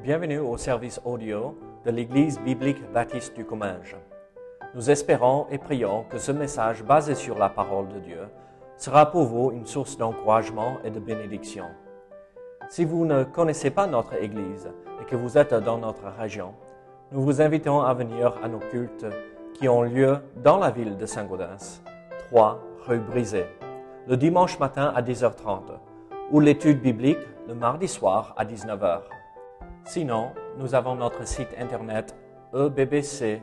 Bienvenue au service audio de l'Église biblique baptiste du Comminges. Nous espérons et prions que ce message basé sur la parole de Dieu sera pour vous une source d'encouragement et de bénédiction. Si vous ne connaissez pas notre Église et que vous êtes dans notre région, nous vous invitons à venir à nos cultes qui ont lieu dans la ville de Saint-Gaudens, 3 rue Brisée, le dimanche matin à 10h30 ou l'étude biblique le mardi soir à 19h. Sinon, nous avons notre site internet ebbc.fr.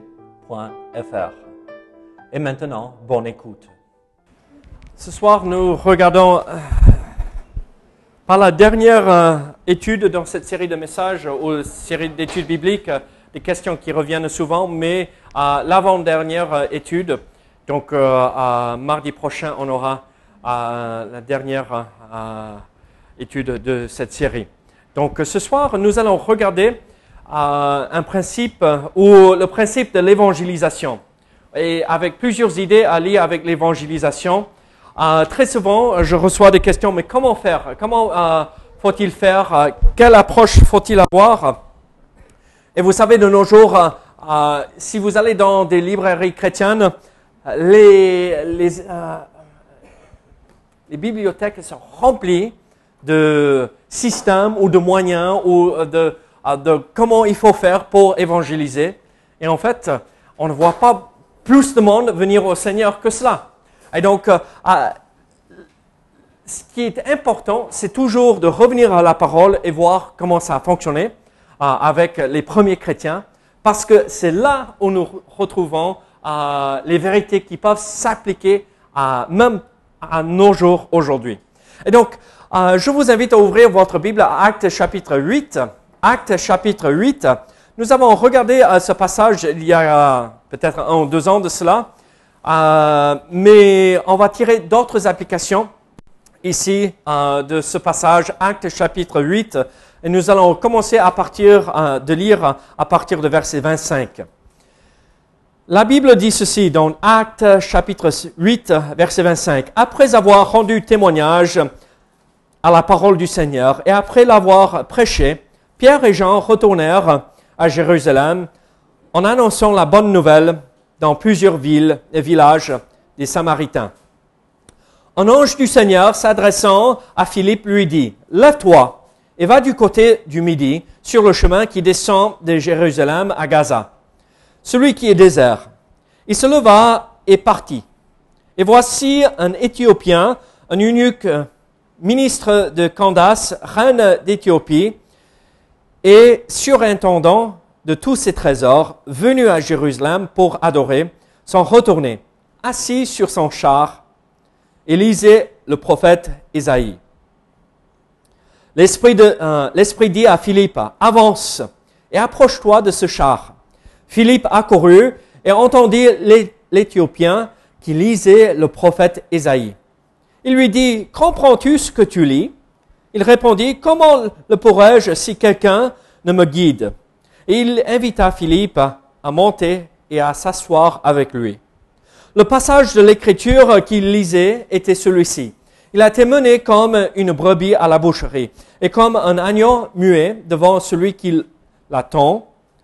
Et maintenant, bonne écoute. Ce soir, nous regardons par la dernière étude dans cette série de messages ou série d'études bibliques, des questions qui reviennent souvent, mais l'avant-dernière étude. Donc, mardi prochain, on aura la dernière étude de cette série. Donc, ce soir, nous allons regarder un principe ou le principe de l'évangélisation. Et avec plusieurs idées à lire avec l'évangélisation. Très souvent, je reçois des questions, mais comment faire? Comment faut-il faire? Quelle approche faut-il avoir? Et vous savez, de nos jours, si vous allez dans des librairies chrétiennes, les bibliothèques sont remplies de systèmes ou de moyens ou de comment il faut faire pour évangéliser. Et en fait, on ne voit pas plus de monde venir au Seigneur que cela. Et donc, ce qui est important, c'est toujours de revenir à la parole et voir comment ça a fonctionné avec les premiers chrétiens, parce que c'est là où nous retrouvons les vérités qui peuvent s'appliquer même à nos jours aujourd'hui. Et donc, je vous invite à ouvrir votre Bible à Actes chapitre 8. Actes chapitre 8. Nous avons regardé ce passage il y a peut-être 1 ou 2 ans de cela, mais on va tirer d'autres applications ici de ce passage, Actes chapitre 8, et nous allons commencer à partir de lire à partir de verset 25. La Bible dit ceci dans Actes chapitre 8, verset 25. « Après avoir rendu témoignage à la parole du Seigneur et après l'avoir prêché, Pierre et Jean retournèrent à Jérusalem en annonçant la bonne nouvelle dans plusieurs villes et villages des Samaritains. Un ange du Seigneur s'adressant à Philippe lui dit, « Lève-toi et va du côté du Midi sur le chemin qui descend de Jérusalem à Gaza, celui qui est désert. » Il se leva et partit. Et voici un Éthiopien, un eunuque, ministre de Candace, reine d'Éthiopie, et surintendant de tous ses trésors, venu à Jérusalem pour adorer, s'en retournait, assis sur son char, et lisait le prophète Isaïe. L'Esprit dit à Philippe, « Avance et approche-toi de ce char. » Philippe accourut et entendit l'Éthiopien qui lisait le prophète Isaïe. Il lui dit, « Comprends-tu ce que tu lis ?» Il répondit, « Comment le pourrais-je si quelqu'un ne me guide ?» Et il invita Philippe à monter et à s'asseoir avec lui. Le passage de l'Écriture qu'il lisait était celui-ci. Il a été mené comme une brebis à la boucherie et comme un agneau muet devant celui qui l'attend.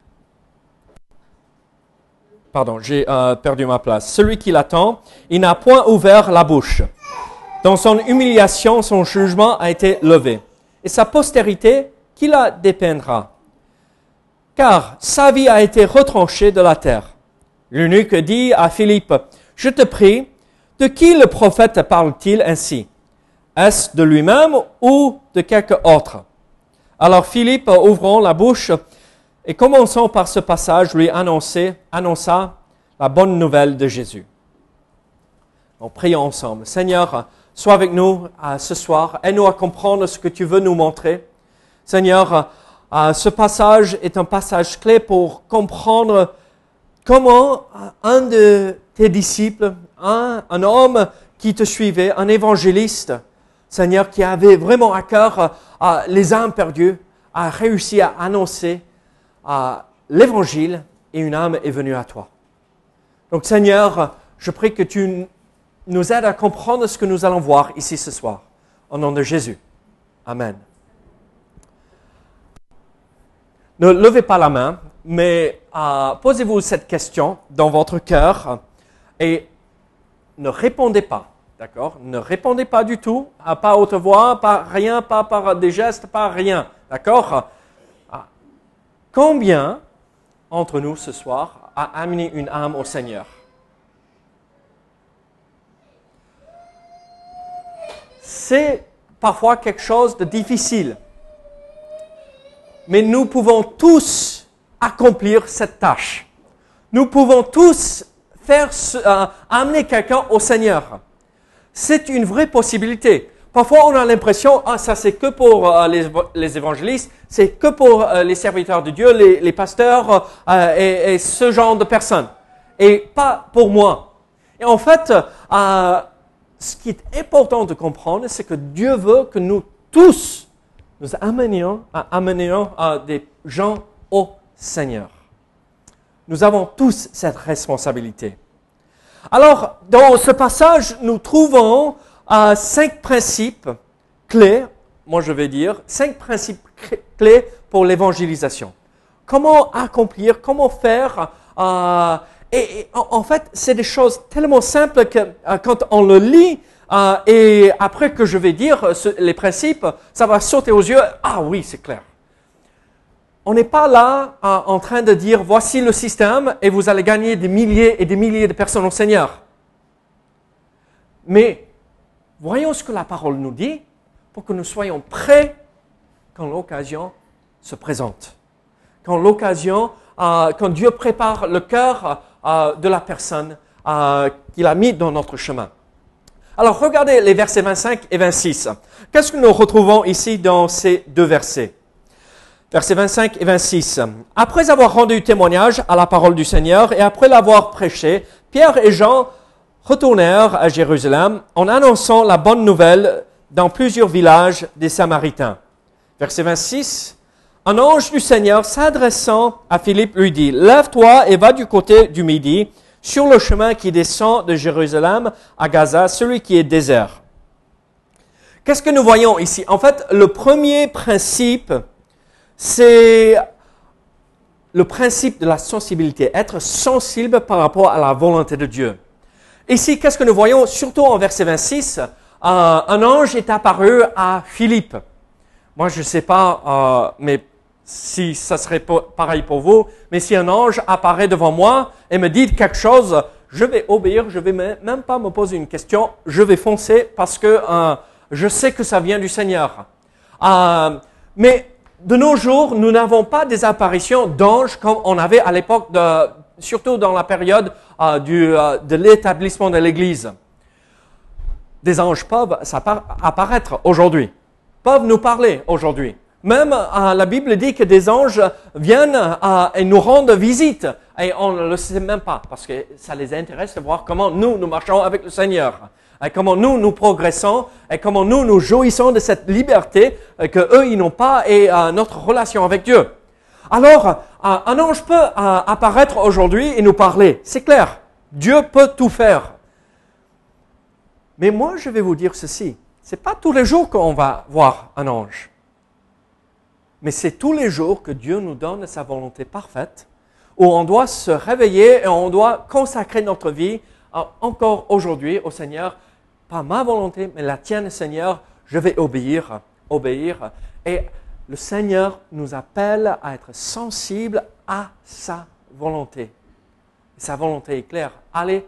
Pardon, j'ai perdu ma place. Celui qui l'attend, il n'a point ouvert la bouche. Dans son humiliation, son jugement a été levé. Et sa postérité, qui la dépeindra? Car sa vie a été retranchée de la terre. L'eunuque dit à Philippe, « Je te prie, de qui le prophète parle-t-il ainsi? Est-ce de lui-même ou de quelque autre? » Alors Philippe, ouvrant la bouche et commençant par ce passage, lui annonça la bonne nouvelle de Jésus. Donc, prions ensemble. Seigneur, sois avec nous ce soir. Aide-nous à comprendre ce que tu veux nous montrer. Seigneur, ce passage est un passage clé pour comprendre comment un de tes disciples, un homme qui te suivait, un évangéliste, Seigneur, qui avait vraiment à cœur les âmes perdues, a réussi à annoncer l'évangile et une âme est venue à toi. Donc Seigneur, je prie que tu nous aides à comprendre ce que nous allons voir ici ce soir. Au nom de Jésus. Amen. Ne levez pas la main, mais posez-vous cette question dans votre cœur et ne répondez pas. D'accord? Ne répondez pas du tout, pas à haute voix, pas rien, pas par des gestes, pas rien. D'accord? Combien entre nous ce soir a amené une âme au Seigneur? C'est parfois quelque chose de difficile. Mais nous pouvons tous accomplir cette tâche. Nous pouvons tous amener quelqu'un au Seigneur. C'est une vraie possibilité. Parfois, on a l'impression, ça c'est que pour les évangélistes, c'est que pour les serviteurs de Dieu, les pasteurs et ce genre de personnes. Et pas pour moi. Et en fait, ce qui est important de comprendre, c'est que Dieu veut que nous tous, nous amenions des gens au Seigneur. Nous avons tous cette responsabilité. Alors, dans ce passage, nous trouvons 5 principes clés, moi je vais dire, 5 principes clés pour l'évangélisation. Comment accomplir, comment faire, et en fait, c'est des choses tellement simples que quand on le lit, et après que je vais dire les principes, ça va sauter aux yeux. Ah oui, c'est clair. On n'est pas là en train de dire, voici le système et vous allez gagner des milliers et des milliers de personnes au Seigneur. Mais voyons ce que la parole nous dit pour que nous soyons prêts quand l'occasion se présente. Quand Dieu prépare le cœur de la personne qu'il a mis dans notre chemin. Alors, regardez les versets 25 et 26. Qu'est-ce que nous retrouvons ici dans ces 2 versets? Versets 25 et 26. Après avoir rendu témoignage à la parole du Seigneur et après l'avoir prêché, Pierre et Jean retournèrent à Jérusalem en annonçant la bonne nouvelle dans plusieurs villages des Samaritains. Verset 26. Un ange du Seigneur s'adressant à Philippe lui dit, « Lève-toi et va du côté du Midi, sur le chemin qui descend de Jérusalem à Gaza, celui qui est désert. » Qu'est-ce que nous voyons ici? En fait, le premier principe, c'est le principe de la sensibilité, être sensible par rapport à la volonté de Dieu. Ici, qu'est-ce que nous voyons? Surtout en verset 26, un ange est apparu à Philippe. Moi, je ne sais pas, mais si ça serait pareil pour vous, mais si un ange apparaît devant moi et me dit quelque chose, je vais obéir, je ne vais même pas me poser une question, je vais foncer parce que je sais que ça vient du Seigneur. Mais de nos jours, nous n'avons pas des apparitions d'anges comme on avait à l'époque, surtout dans la période de l'établissement de l'Église. Des anges peuvent apparaître aujourd'hui, peuvent nous parler aujourd'hui. Même la Bible dit que des anges viennent et nous rendent visite. Et on ne le sait même pas parce que ça les intéresse de voir comment nous marchons avec le Seigneur. Et comment nous progressons et comment nous jouissons de cette liberté que eux ils n'ont pas et notre relation avec Dieu. Alors, un ange peut apparaître aujourd'hui et nous parler. C'est clair. Dieu peut tout faire. Mais moi, je vais vous dire ceci. C'est pas tous les jours qu'on va voir un ange. Mais c'est tous les jours que Dieu nous donne sa volonté parfaite, où on doit se réveiller et on doit consacrer notre vie encore aujourd'hui au Seigneur. Pas ma volonté, mais la tienne, Seigneur, je vais obéir. Et le Seigneur nous appelle à être sensibles à sa volonté. Et sa volonté est claire. Allez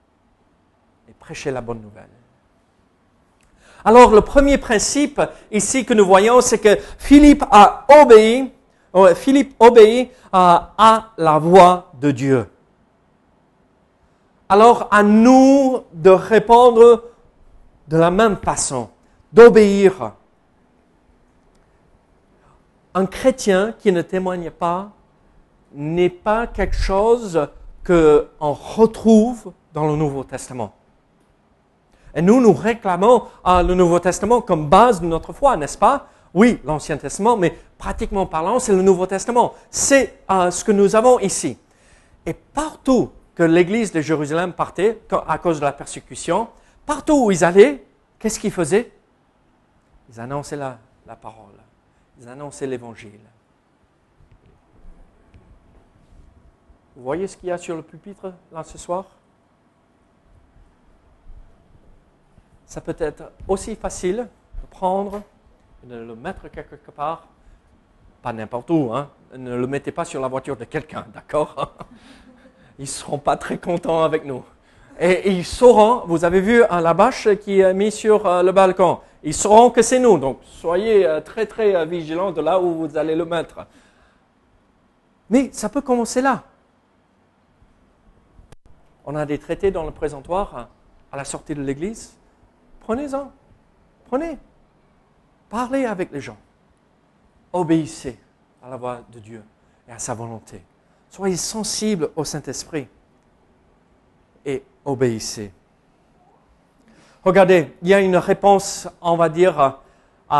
et prêchez la bonne nouvelle. Alors, le premier principe ici que nous voyons, c'est que Philippe obéit à la voix de Dieu. Alors, à nous de répondre de la même façon, d'obéir. Un chrétien qui ne témoigne pas n'est pas quelque chose qu'on retrouve dans le Nouveau Testament. Et nous réclamons le Nouveau Testament comme base de notre foi, n'est-ce pas? Oui, l'Ancien Testament, mais pratiquement parlant, c'est le Nouveau Testament. C'est ce que nous avons ici. Et partout que l'Église de Jérusalem partait, à cause de la persécution, partout où ils allaient, qu'est-ce qu'ils faisaient? Ils annonçaient la parole. Ils annonçaient l'Évangile. Vous voyez ce qu'il y a sur le pupitre là ce soir? Ça peut être aussi facile de prendre et de le mettre quelque part, pas n'importe où, hein. Ne le mettez pas sur la voiture de quelqu'un, d'accord? Ils ne seront pas très contents avec nous. Et ils sauront, vous avez vu la bâche qui est mise sur le balcon, ils sauront que c'est nous, donc soyez très très vigilants de là où vous allez le mettre. Mais ça peut commencer là. On a des traités dans le présentoir à la sortie de l'église. Prenez-en. Prenez. Parlez avec les gens. Obéissez à la voix de Dieu et à sa volonté. Soyez sensibles au Saint-Esprit et obéissez. Regardez, il y a une réponse, on va dire, il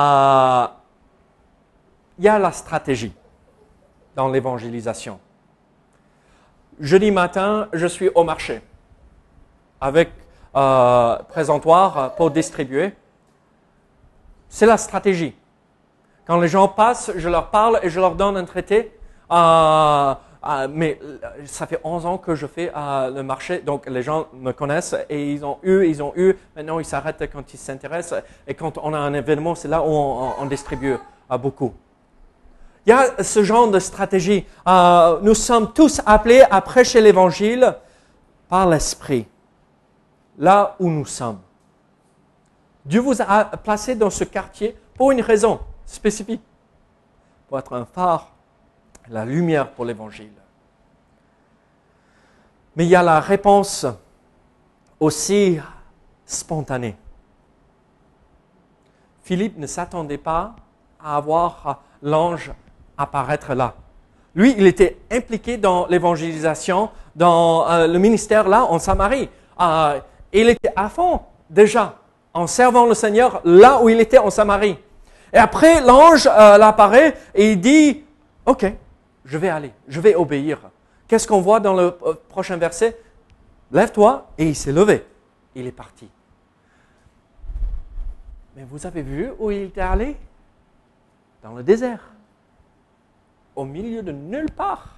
y a la stratégie dans l'évangélisation. Jeudi matin, je suis au marché avec présentoir pour distribuer. C'est la stratégie. Quand les gens passent, je leur parle et je leur donne un traité. Mais ça fait 11 ans que je fais le marché, donc les gens me connaissent et ils ont eu. Maintenant, ils s'arrêtent quand ils s'intéressent. Et quand on a un événement, c'est là où on distribue beaucoup. Il y a ce genre de stratégie. Nous sommes tous appelés à prêcher l'Évangile par l'Esprit, là où nous sommes. Dieu vous a placé dans ce quartier pour une raison spécifique, pour être un phare, la lumière pour l'Évangile. Mais il y a la réponse aussi spontanée. Philippe ne s'attendait pas à avoir l'ange apparaître là. Lui, il était impliqué dans l'évangélisation, dans le ministère là en Samarie. Il était à fond déjà en servant le Seigneur là où il était en Samarie. Et après, l'ange l'apparaît et il dit, « Ok, je vais aller, je vais obéir. » Qu'est-ce qu'on voit dans le prochain verset? « Lève-toi » et il s'est levé. Il est parti. Mais vous avez vu où il était allé? Dans le désert. Au milieu de nulle part.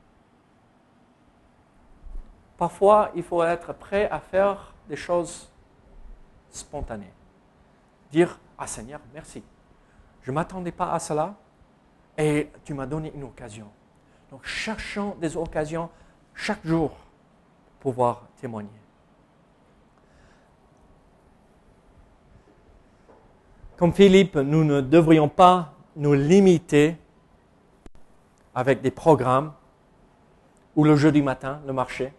Parfois, il faut être prêt à faire des choses spontanées. Dire, « Ah Seigneur, merci. Je ne m'attendais pas à cela et tu m'as donné une occasion. » Donc, cherchons des occasions chaque jour pour pouvoir témoigner. Comme Philippe, nous ne devrions pas nous limiter avec des programmes ou le jeudi matin, le marché,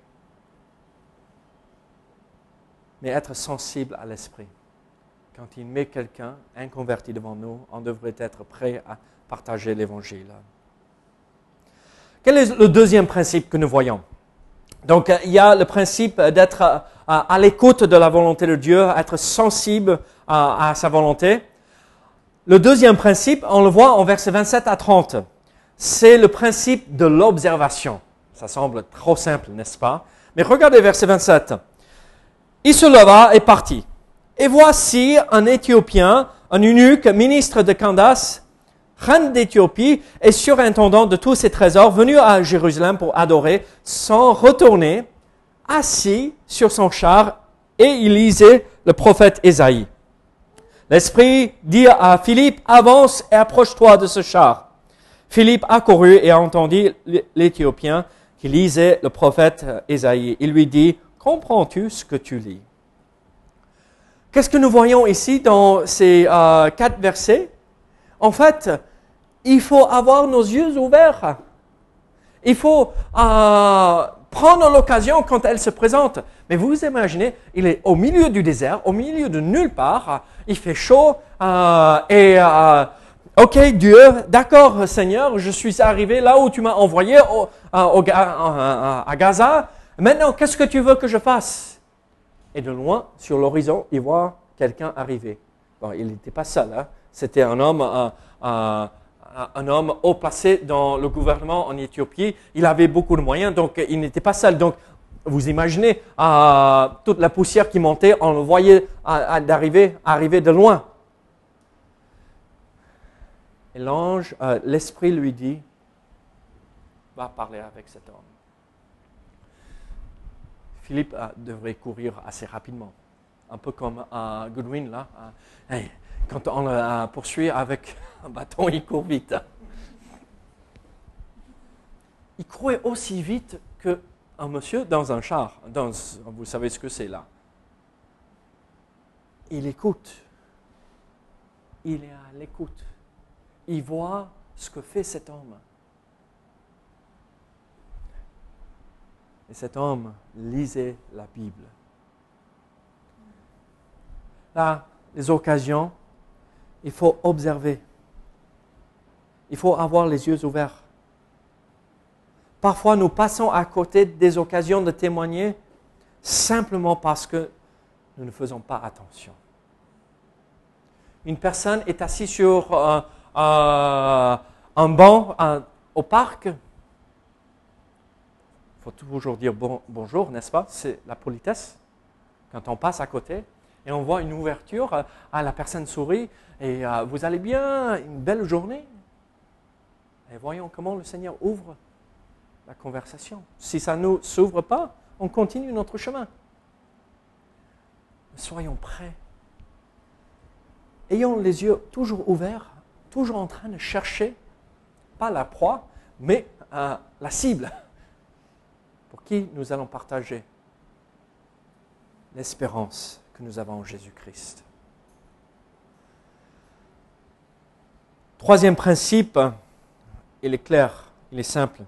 mais être sensible à l'esprit. Quand il met quelqu'un inconverti devant nous, on devrait être prêt à partager l'Évangile. Quel est le deuxième principe que nous voyons? Donc, il y a le principe d'être à l'écoute de la volonté de Dieu, être sensible à sa volonté. Le deuxième principe, on le voit en versets 27 à 30. C'est le principe de l'observation. Ça semble trop simple, n'est-ce pas? Mais regardez verset 27. Il se leva et partit. Et voici un Éthiopien, un eunuque, ministre de Candace, reine d'Éthiopie et surintendant de tous ses trésors, venu à Jérusalem pour adorer, s'en retourner, assis sur son char, et il lisait le prophète Ésaïe. L'Esprit dit à Philippe, avance et approche-toi de ce char. Philippe accourut et entendit l'Éthiopien qui lisait le prophète Ésaïe. Il lui dit, comprends-tu ce que tu lis? Qu'est-ce que nous voyons ici dans ces 4 versets? En fait, il faut avoir nos yeux ouverts. Il faut prendre l'occasion quand elle se présente. Mais vous imaginez, il est au milieu du désert, au milieu de nulle part, il fait chaud ok Dieu, d'accord Seigneur, je suis arrivé là où tu m'as envoyé à Gaza. Maintenant, qu'est-ce que tu veux que je fasse? Et de loin, sur l'horizon, il voit quelqu'un arriver. Bon, il n'était pas seul, hein. C'était un homme haut placé dans le gouvernement en Éthiopie. Il avait beaucoup de moyens, donc il n'était pas seul. Donc, vous imaginez toute la poussière qui montait, on le voyait arriver de loin. Et l'esprit lui dit, va parler avec cet homme. Philippe devrait courir assez rapidement. Un peu comme Goodwin, là. Hey, quand on le poursuit avec un bâton, il court vite. Il courait aussi vite qu'un monsieur dans un char. Vous savez ce que c'est là. Il écoute. Il est à l'écoute. Il voit ce que fait cet homme. Et cet homme lisait la Bible. Là, les occasions, il faut observer. Il faut avoir les yeux ouverts. Parfois, nous passons à côté des occasions de témoigner simplement parce que nous ne faisons pas attention. Une personne est assise sur un banc au parc. Il faut toujours dire bonjour, n'est-ce pas? C'est la politesse. Quand on passe à côté et on voit une ouverture, la personne sourit et vous allez bien, une belle journée. Et voyons comment le Seigneur ouvre la conversation. Si ça ne nous s'ouvre pas, on continue notre chemin. Soyons prêts. Ayons les yeux toujours ouverts, toujours en train de chercher, pas la proie, mais la cible, pour qui nous allons partager l'espérance que nous avons en Jésus-Christ. Troisième principe, il est clair, il est simple.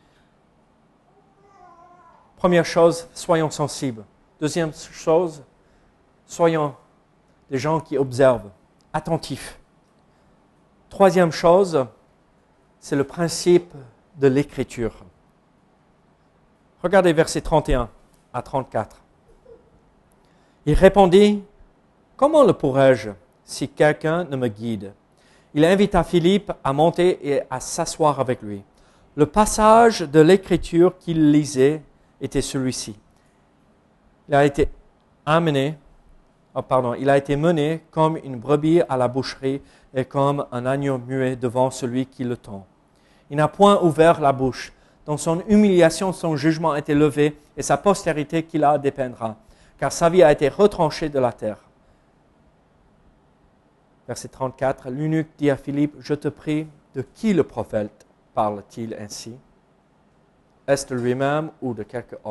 Première chose, soyons sensibles. Deuxième chose, soyons des gens qui observent, attentifs. Troisième chose, c'est le principe de l'écriture. Regardez versets 31 à 34. Il répondit, « Comment le pourrais-je si quelqu'un ne me guide ?» Il invita Philippe à monter et à s'asseoir avec lui. Le passage de l'écriture qu'il lisait était celui-ci. Il a été mené comme une brebis à la boucherie et comme un agneau muet devant celui qui le tend. Il n'a point ouvert la bouche. Dans son humiliation, son jugement a été levé et sa postérité qui la dépeindra, car sa vie a été retranchée de la terre. Verset 34, l'eunuque dit à Philippe, « Je te prie, de qui le prophète parle-t-il ainsi? Est-ce de lui-même ou de quelque autre ?»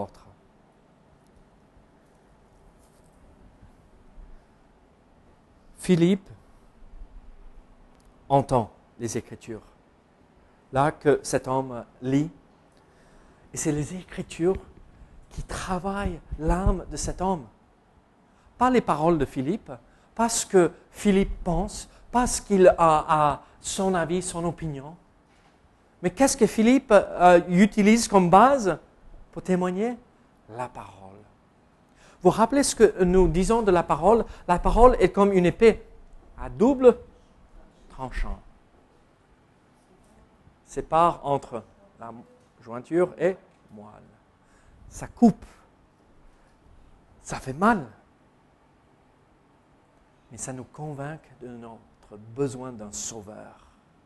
Philippe entend les Écritures. Là que cet homme lit, et c'est les Écritures qui travaillent l'âme de cet homme. Pas les paroles de Philippe, pas ce que Philippe pense, pas ce qu'il a son avis, son opinion. Mais qu'est-ce que Philippe utilise comme base pour témoigner? La parole. Vous vous rappelez ce que nous disons de la parole? La parole est comme une épée à double tranchant. Sépare entre la jointure et moelle. Ça coupe. Ça fait mal. Mais ça nous convainc de notre besoin d'un sauveur.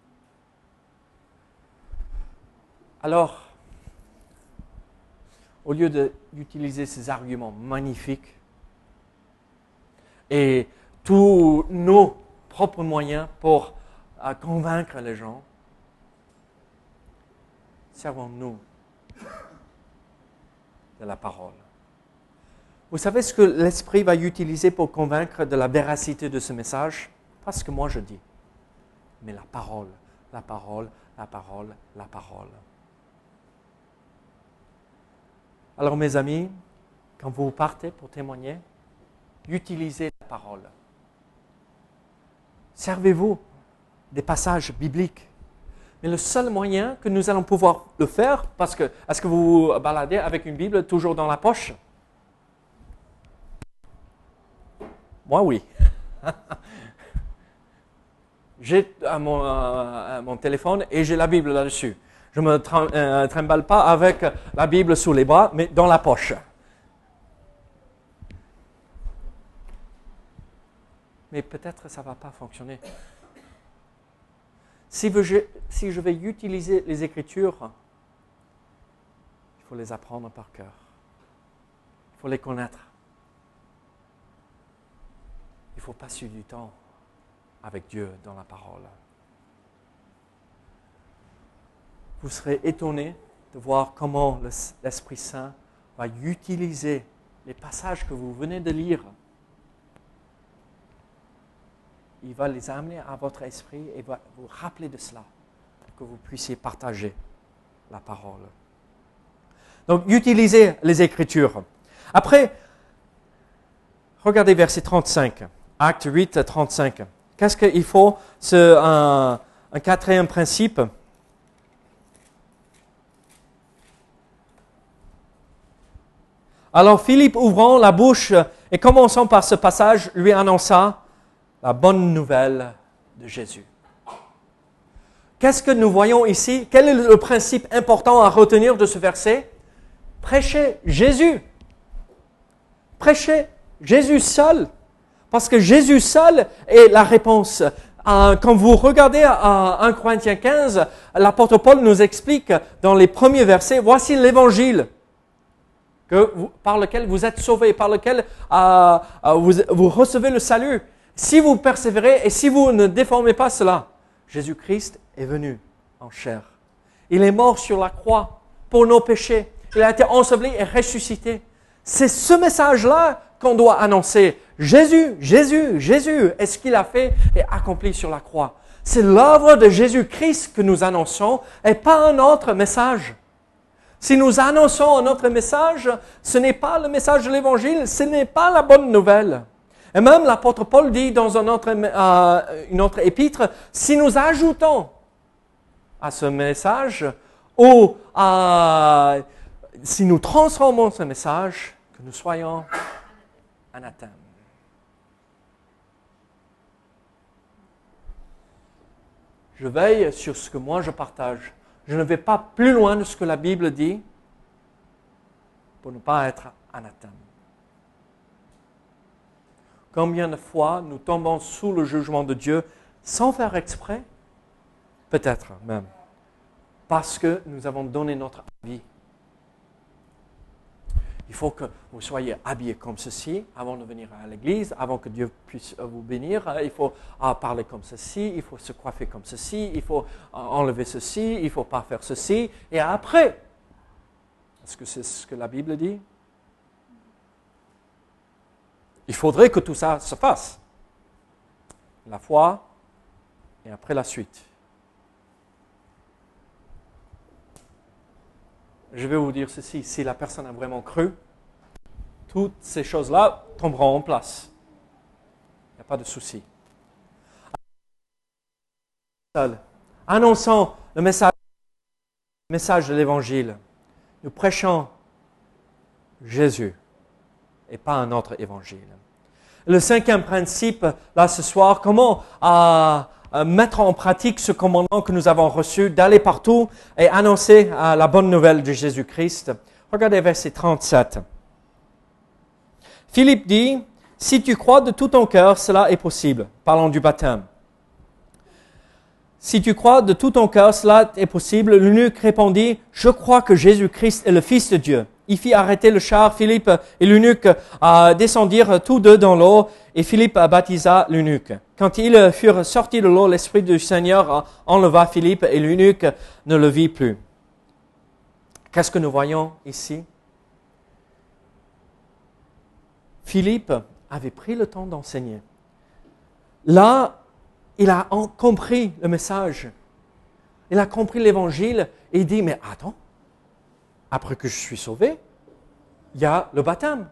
Alors, au lieu d'utiliser ces arguments magnifiques et tous nos propres moyens pour convaincre les gens, servons-nous de la parole. Vous savez ce que l'Esprit va utiliser pour convaincre de la véracité de ce message? Pas ce que moi je dis, mais la parole, la parole, la parole, la parole. Alors mes amis, quand vous partez pour témoigner, utilisez la parole. Servez-vous des passages bibliques. Mais le seul moyen que nous allons pouvoir le faire, parce que, est-ce que vous vous baladez avec une Bible toujours dans la poche? Moi, oui. J'ai mon téléphone et j'ai la Bible là-dessus. Je ne me trimballe pas avec la Bible sous les bras, mais dans la poche. Mais peut-être ça ne va pas fonctionner. Si je vais utiliser les Écritures, il faut les apprendre par cœur. Il faut les connaître. Il faut passer du temps avec Dieu dans la parole. Vous serez étonnés de voir comment l'Esprit Saint va utiliser les passages que vous venez de lire. Il va les amener à votre esprit et va vous rappeler de cela pour que vous puissiez partager la parole. Donc, utilisez les Écritures. Après, regardez verset 35, Acte 8, 35. Qu'est-ce qu'il faut? Un quatrième principe. Alors Philippe, ouvrant la bouche et commençant par ce passage, lui annonça la bonne nouvelle de Jésus. Qu'est-ce que nous voyons ici? Quel est le principe important à retenir de ce verset? Prêchez Jésus. Prêchez Jésus seul. Parce que Jésus seul est la réponse. Quand vous regardez à 1 Corinthiens 15, l'apôtre Paul nous explique dans les premiers versets, voici l'évangile par lequel vous êtes sauvés, par lequel vous recevez le salut. Si vous persévérez et si vous ne déformez pas cela, Jésus-Christ est venu en chair. Il est mort sur la croix pour nos péchés. Il a été enseveli et ressuscité. C'est ce message-là qu'on doit annoncer. Jésus, Jésus, Jésus est ce qu'il a fait et accompli sur la croix. C'est l'œuvre de Jésus-Christ que nous annonçons et pas un autre message. Si nous annonçons un autre message, ce n'est pas le message de l'Évangile, ce n'est pas la bonne nouvelle. Et même l'apôtre Paul dit dans une autre épître, si nous ajoutons à ce message, ou si nous transformons ce message, que nous soyons anathèmes. Je veille sur ce que moi je partage. Je ne vais pas plus loin de ce que la Bible dit pour ne pas être anathème. Combien de fois nous tombons sous le jugement de Dieu sans faire exprès? Peut-être même. Parce que nous avons donné notre avis. Il faut que vous soyez habillés comme ceci avant de venir à l'église, avant que Dieu puisse vous bénir. Il faut parler comme ceci, il faut se coiffer comme ceci, il faut enlever ceci, il ne faut pas faire ceci. Et après, est-ce que c'est ce que la Bible dit? Il faudrait que tout ça se fasse. La foi et après la suite. Je vais vous dire ceci, si la personne a vraiment cru, toutes ces choses-là tomberont en place. Il n'y a pas de souci. Annonçons le message de l'Évangile. Nous prêchons Jésus et pas un autre Évangile. Le cinquième principe, là ce soir, comment mettre en pratique ce commandement que nous avons reçu d'aller partout et annoncer la bonne nouvelle de Jésus-Christ. Regardez verset 37. Philippe dit, « Si tu crois de tout ton cœur, cela est possible. » Parlons du baptême. « Si tu crois de tout ton cœur, cela est possible. » L'eunuque répondit, « Je crois que Jésus-Christ est le Fils de Dieu. » Il fit arrêter le char. Philippe et l'eunuque descendirent tous deux dans l'eau et Philippe baptisa l'eunuque. Quand ils furent sortis de l'eau, l'Esprit du Seigneur enleva Philippe et l'eunuque ne le vit plus. Qu'est-ce que nous voyons ici? Philippe avait pris le temps d'enseigner. Là, il a compris le message. Il a compris l'Évangile et il dit, mais attends, après que je suis sauvé, il y a le baptême.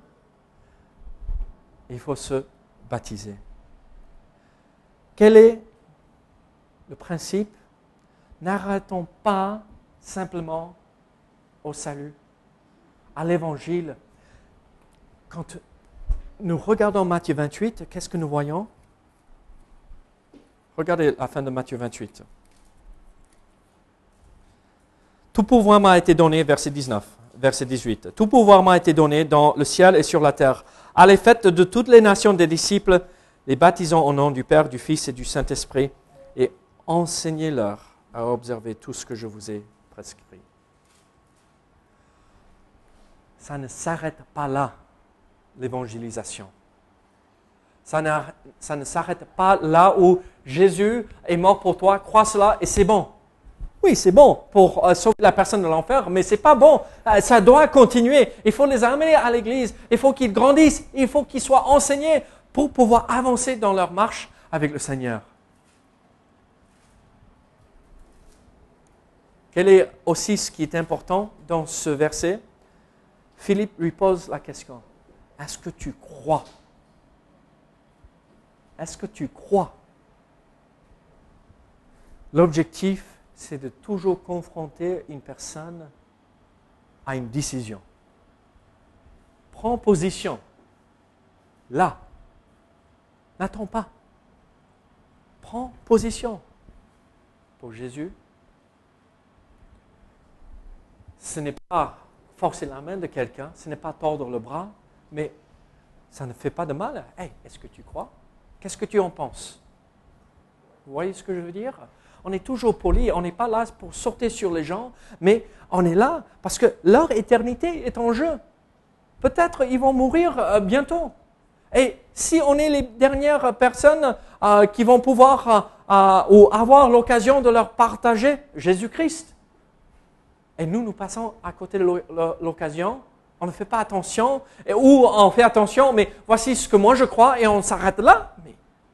Il faut se baptiser. Quel est le principe? N'arrêtons pas simplement au salut, à l'Évangile. Quand nous regardons Matthieu 28, qu'est-ce que nous voyons? Regardez la fin de Matthieu 28. Tout pouvoir m'a été donné, verset 19, verset 18. Tout pouvoir m'a été donné dans le ciel et sur la terre. Allez, faites de toutes les nations des disciples, les baptisons au nom du Père, du Fils et du Saint-Esprit, et enseignez-leur à observer tout ce que je vous ai prescrit. Ça ne s'arrête pas là. l'évangélisation. Ça ne s'arrête pas là où Jésus est mort pour toi, crois cela et c'est bon. Oui, c'est bon pour sauver la personne de l'enfer, mais ce n'est pas bon. Ça doit continuer. Il faut les amener à l'église. Il faut qu'ils grandissent. Il faut qu'ils soient enseignés pour pouvoir avancer dans leur marche avec le Seigneur. Quel est aussi ce qui est important dans ce verset? Philippe lui pose la question. Est-ce que tu crois? Est-ce que tu crois? L'objectif, c'est de toujours confronter une personne à une décision. Prends position. Là. N'attends pas. Prends position. Pour Jésus, ce n'est pas forcer la main de quelqu'un, ce n'est pas tordre le bras, mais ça ne fait pas de mal. Hey, est-ce que tu crois? Qu'est-ce que tu en penses? Vous voyez ce que je veux dire? On est toujours poli, on n'est pas là pour sauter sur les gens, mais on est là parce que leur éternité est en jeu. Peut-être ils vont mourir bientôt. Et si on est les dernières personnes qui vont pouvoir ou avoir l'occasion de leur partager Jésus-Christ, et nous passons à côté de l'occasion, on ne fait pas attention, ou on fait attention, mais voici ce que moi je crois, et on s'arrête là. Mais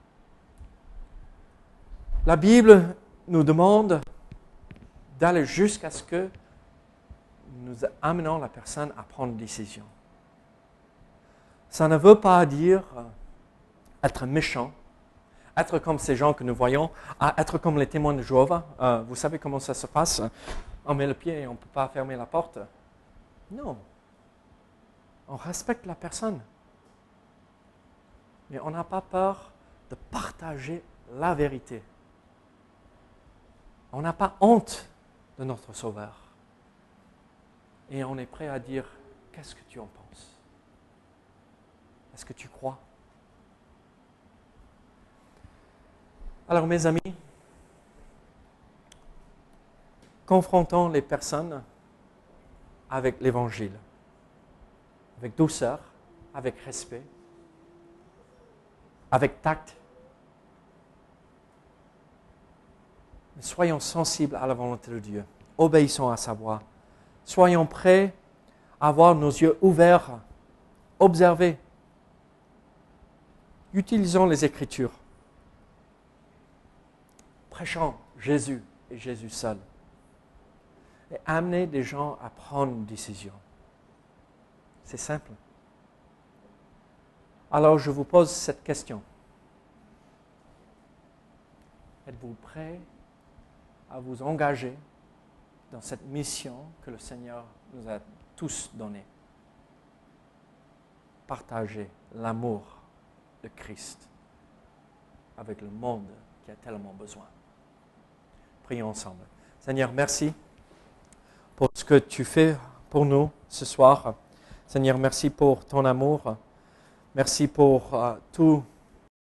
la Bible nous demande d'aller jusqu'à ce que nous amenons la personne à prendre une décision. Ça ne veut pas dire être méchant, être comme ces gens que nous voyons, être comme les témoins de Jéhovah. Vous savez comment ça se passe? On met le pied et on ne peut pas fermer la porte. Non. On respecte la personne. Mais on n'a pas peur de partager la vérité. On n'a pas honte de notre Sauveur. Et on est prêt à dire, qu'est-ce que tu en penses? Est-ce que tu crois? Alors mes amis, confrontons les personnes avec l'Évangile, avec douceur, avec respect, avec tact. Mais soyons sensibles à la volonté de Dieu, obéissons à sa voix, soyons prêts à avoir nos yeux ouverts, observer. Utilisons les Écritures. Prêchons Jésus et Jésus seul. Et amenez des gens à prendre une décision. C'est simple. Alors je vous pose cette question. Êtes-vous prêts à vous engager dans cette mission que le Seigneur nous a tous donnée? Partager l'amour de Christ avec le monde qui a tellement besoin. Prions ensemble. Seigneur, merci pour ce que tu fais pour nous ce soir. Seigneur, merci pour ton amour. Merci pour tout